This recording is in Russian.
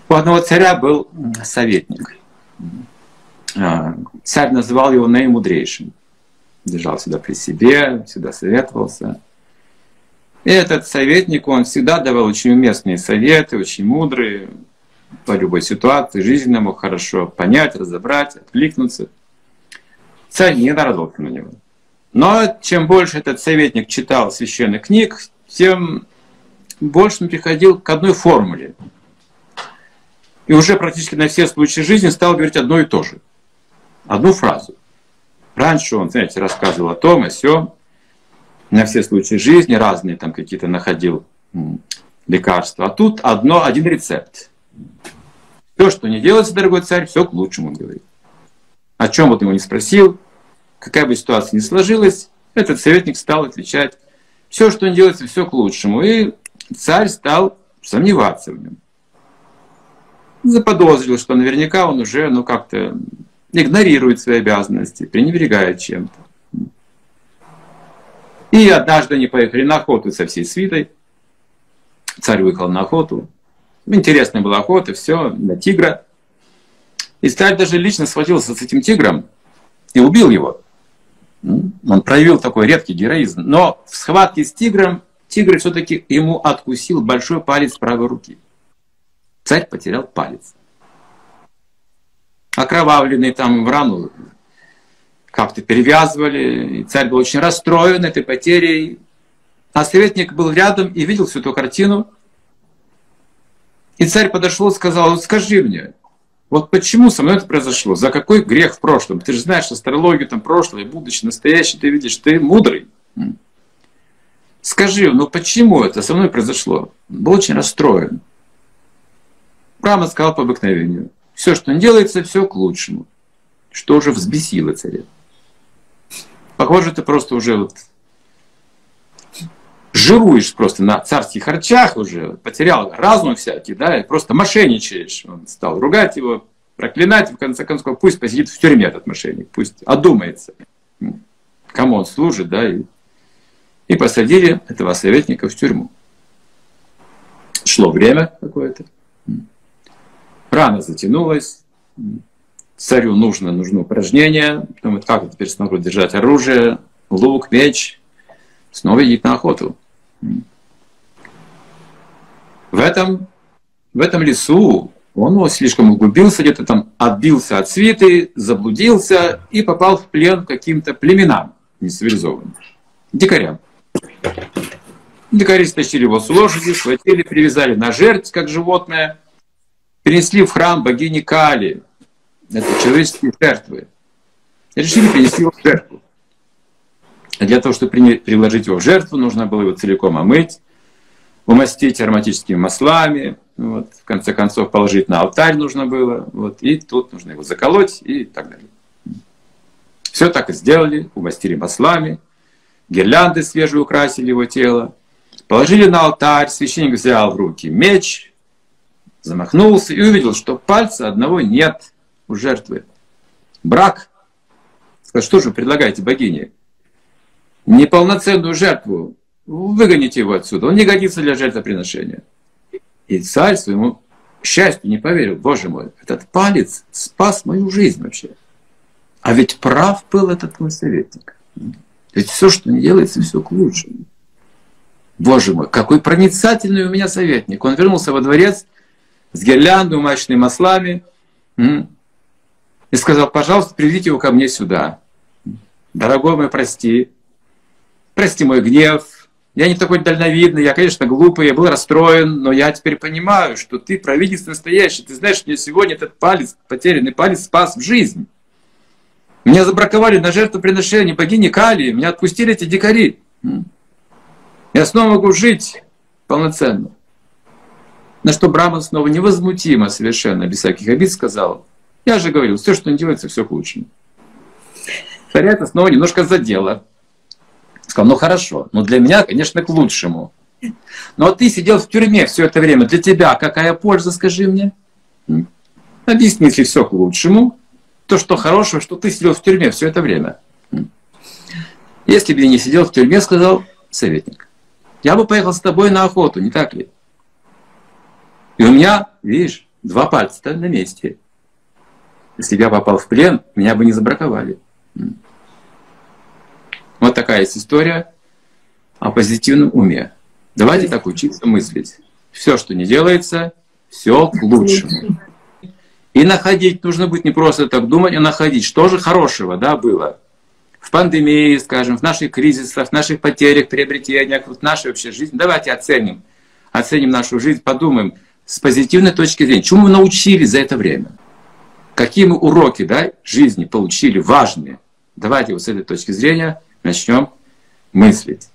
У одного царя был советник. Царь называл его наимудрейшим. Держал всегда при себе, всегда советовался. И этот советник, он всегда давал очень уместные советы, очень мудрые, по любой ситуации, жизненно мог хорошо понять, разобрать, откликнуться. Царь не нарадовался на него. Но чем больше этот советник читал священных книг, тем больше он приходил к одной формуле. И уже практически на все случаи жизни стал говорить одно и то же. Одну фразу. Раньше он, знаете, рассказывал о том и сём. На все случаи жизни разные там какие-то находил лекарства. А тут один рецепт. Все, что не делается, дорогой царь, все к лучшему, он говорит. О чем вот его не спросил, какая бы ситуация ни сложилась, этот советник стал отвечать. Все, что не делается, все к лучшему. И царь стал сомневаться в нем. Заподозрил, что наверняка он уже как-то игнорирует свои обязанности, пренебрегает чем-то. И однажды они поехали на охоту со всей свитой. Царь выехал на охоту. Интересная была охота, все, на тигра. И царь даже лично схватился с этим тигром и убил его. Он проявил такой редкий героизм. Но в схватке с тигром, тигр все-таки ему откусил большой палец правой руки. Царь потерял палец. Окровавленный там в рану как-то перевязывали. И царь был очень расстроен этой потерей. А советник был рядом и видел всю эту картину. И царь подошел и сказал: скажи мне, вот почему со мной это произошло? За какой грех в прошлом? Ты же знаешь астрологию, там прошлое, будущее, настоящее, ты видишь, ты мудрый. Скажи, почему это со мной произошло? Был очень расстроен. Брахма сказал по обыкновению: все, что не делается, все к лучшему. Что уже взбесило царя. Похоже, ты просто уже жируешь просто на царских харчах уже, потерял разум всякий, да, и просто мошенничаешь. Он стал ругать его, проклинать, в конце концов, пусть посидит в тюрьме этот мошенник, пусть одумается, кому он служит, да, и посадили этого советника в тюрьму. Шло время какое-то, рана затянулась, царю нужно упражнение, думает, как я теперь смогу держать оружие, лук, меч, снова идти на охоту. В этом лесу он слишком углубился, где-то там отбился от свиты, заблудился и попал в плен к каким-то племенам нецивилизованным, дикарям. Дикари стащили его с лошади, схватили, привязали на жертв, как животное, перенесли в храм богини Кали. Это человеческие жертвы. И решили принести его в жертву. А для того, чтобы приложить его в жертву, нужно было его целиком омыть, умастить ароматическими маслами, в конце концов положить на алтарь нужно было, и тут нужно его заколоть и так далее. Все так и сделали, умастили маслами, гирлянды свежие украсили его тело, положили на алтарь, священник взял в руки меч, замахнулся и увидел, что пальца одного нет у жертвы. Брак. Сказал: что же вы предлагаете богине? Неполноценную жертву, выгоните его отсюда, он не годится для жертвоприношения. И царь своему счастью не поверил: боже мой, этот палец спас мою жизнь вообще. А ведь прав был этот мой советник. Ведь все, что не делается, все к лучшему. Боже мой, какой проницательный у меня советник. Он вернулся во дворец с гирляндой, умащенной маслами, и сказал: пожалуйста, приведите его ко мне сюда. Дорогой мой, прости мой гнев, я не такой дальновидный, я, конечно, глупый, я был расстроен, но я теперь понимаю, что ты провидец настоящий, ты знаешь, что мне сегодня этот палец, потерянный палец, спас в жизнь. Меня забраковали на жертвоприношение богини Кали, меня отпустили эти дикари. Я снова могу жить полноценно. На что Брахман снова невозмутимо, совершенно, без всяких обид сказал: я же говорил, все, что не делается, все к лучшему. Царя это снова немножко задело. Сказал: ну хорошо, но для меня, конечно, к лучшему. Но ты сидел в тюрьме все это время, для тебя какая польза, скажи мне? Объясни, если все к лучшему, то что хорошего, что ты сидел в тюрьме все это время. Если бы я не сидел в тюрьме, сказал советник, я бы поехал с тобой на охоту, не так ли? И у меня, видишь, 2 пальца-то на месте. Если бы я попал в плен, меня бы не забраковали. Вот такая есть история о позитивном уме. Давайте так учиться мыслить. Все, что не делается, все к лучшему. И находить, нужно быть не просто так думать, а находить, что же хорошего, да, было. В пандемии, скажем, в наших кризисах, в наших потерях, приобретениях, в нашей вообще жизни. Давайте оценим нашу жизнь, подумаем с позитивной точки зрения, чему мы научились за это время. Какие мы уроки, да, жизни получили важные. Давайте вот с этой точки зрения начнем мыслить.